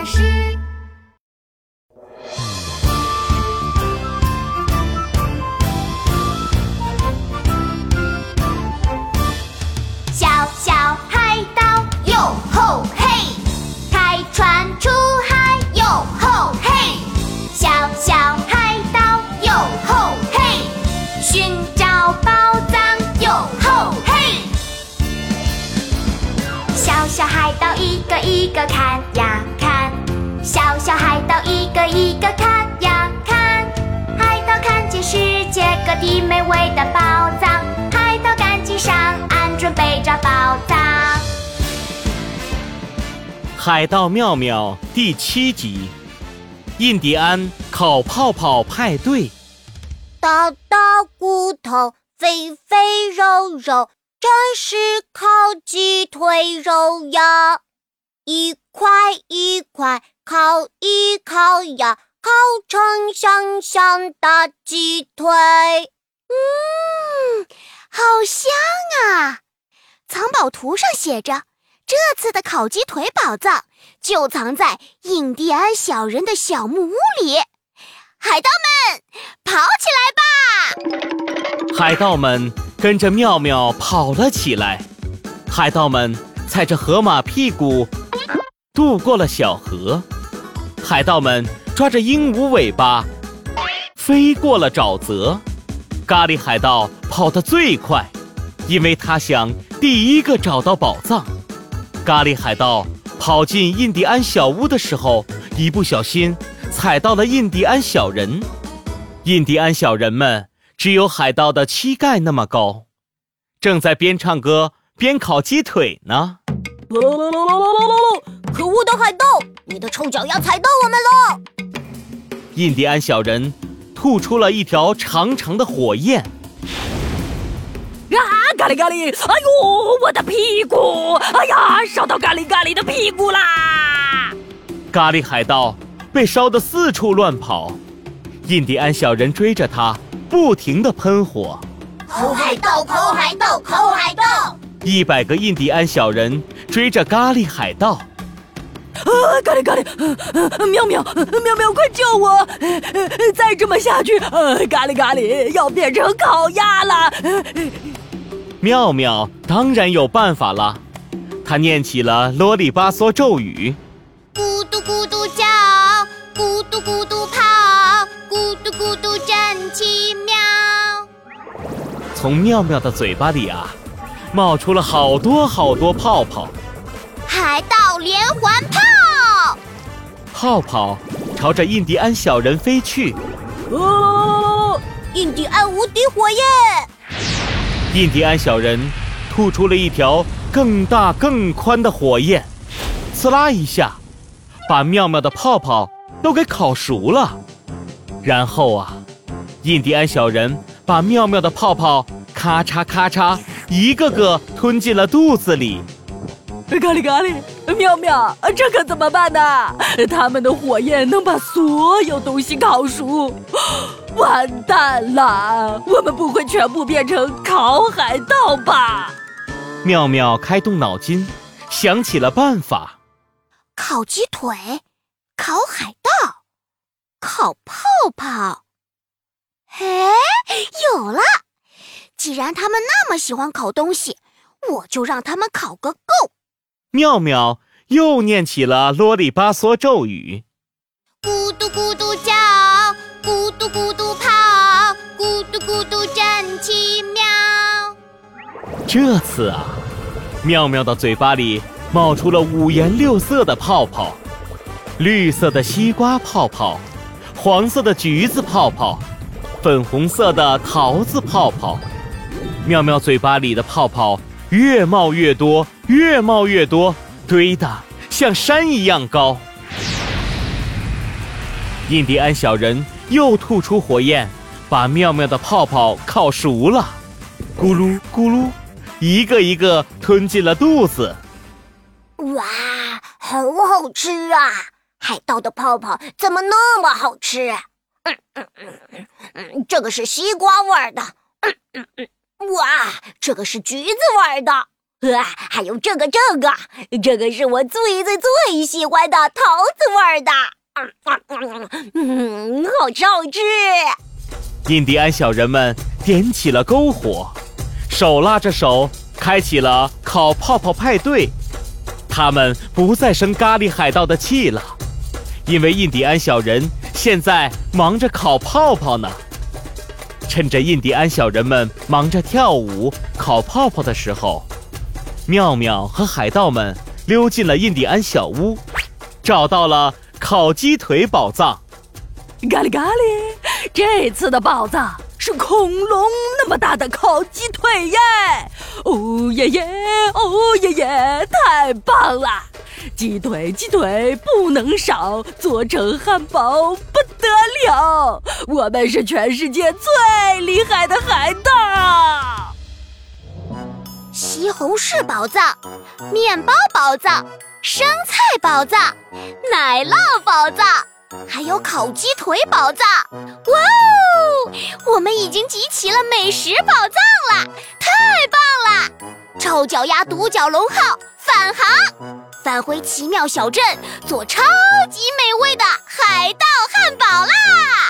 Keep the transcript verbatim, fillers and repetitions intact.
士。小小海岛哟吼嘿，开船出海哟吼嘿，小小海岛哟吼嘿，寻找宝藏哟吼嘿。小小海岛一个一个看呀看，小小海岛一个一个看呀看，海岛看见世界各地美味的宝藏，海岛赶紧上岸准备找宝藏。 海盗妙妙第七集，印第安烤泡泡派对。 大大骨头，肥肥肉肉，这是烤鸡腿肉呀，一块一块烤一烤呀，烤成香香的鸡腿。 嗯，好香啊！藏宝图上写着，这次的烤鸡腿宝藏就藏在印第安小人的小木屋里。海盗们，跑起来吧！ 海盗们跟着妙妙跑了起来，海盗们踩着河马屁股渡过了小河，海盗们抓着鹦鹉尾巴飞过了沼泽。咖喱海盗跑得最快，因为他想第一个找到宝藏。咖喱海盗跑进印第安小屋的时候，一不小心踩到了印第安小人。印第安小人们只有海盗的膝盖那么高，正在边唱歌边烤鸡腿呢。 喽喽喽喽喽喽喽！可恶的海盗，你的臭脚丫踩到我们了！ 印第安小人吐出了一条长长的火焰。 啊，咖喱咖喱！哎呦，我的屁股！哎呀，烧到咖喱咖喱的屁股啦！ 咖喱海盗被烧得四处乱跑，印第安小人追着他，不停地喷火。 抠海盗，抠海盗，抠海盗！ 一百个印第安小人追着咖喱海盗。 啊，咖喱咖喱！呃、妙妙，妙妙，快救我！呃、再这么下去，呃，咖喱咖喱要变成烤鸭了！ 妙妙当然有办法了，他念起了啰里吧嗦咒语： 咕嘟咕嘟叫，咕嘟咕嘟跑，咕嘟咕嘟真奇妙。 从妙妙的嘴巴里啊，冒出了好多好多泡泡。 海盗连环炮！ 泡泡朝着印第安小人飞去。 哦，印第安无敌火焰！ 印第安小人吐出了一条更大更宽的火焰，呲啦一下，把妙妙的泡泡都给烤熟了。然后啊，印第安小人把妙妙的泡泡咔嚓咔嚓一个个吞进了肚子里。 咖喱咖喱，妙妙，这可怎么办呢？他们的火焰能把所有东西烤熟，完蛋了！我们不会全部变成烤海盗吧？ 妙妙开动脑筋，想起了办法。 烤鸡腿，烤海盗，烤泡泡。哎，有了！既然他们那么喜欢烤东西，我就让他们烤个够。 妙妙又念起了啰里吧嗦咒语： 咕嘟咕嘟叫，咕嘟咕嘟跑，咕嘟咕嘟真奇妙。 这次啊，妙妙的嘴巴里冒出了五颜六色的泡泡，绿色的西瓜泡泡，黄色的橘子泡泡，粉红色的桃子泡泡。妙妙嘴巴里的泡泡越冒越多，越冒越多，堆得像山一样高。印第安小人又吐出火焰，把妙妙的泡泡烤熟了，咕噜咕噜，一个一个吞进了肚子。 哇，好好吃啊！海盗的泡泡怎么那么好吃？嗯嗯嗯嗯，这个是西瓜味儿的。嗯嗯嗯，哇，这个是橘子味儿的。 啊，还有这个这个，这个是我最最最喜欢的桃子味儿的，嗯，好吃好吃。 印第安小人们点起了篝火，手拉着手开启了烤泡泡派对。他们不再生咖喱海盗的气了，因为印第安小人现在忙着烤泡泡呢。趁着印第安小人们忙着跳舞、烤泡泡的时候，妙妙和海盗们溜进了印第安小屋，找到了烤鸡腿宝藏。 咖喱咖喱，这次的宝藏是恐龙那么大的烤鸡腿耶！哦耶耶，哦耶耶，太棒了！鸡腿鸡腿不能少，做成汉堡不得了！我们是全世界最厉害的海盗！ 西红柿宝藏、面包宝藏、生菜宝藏、奶酪宝藏，还有烤鸡腿宝藏！哇哦，我们已经集齐了美食宝藏了，太棒了！臭脚丫独角龙号返航，返回奇妙小镇，做超级美味的海盗汉堡啦！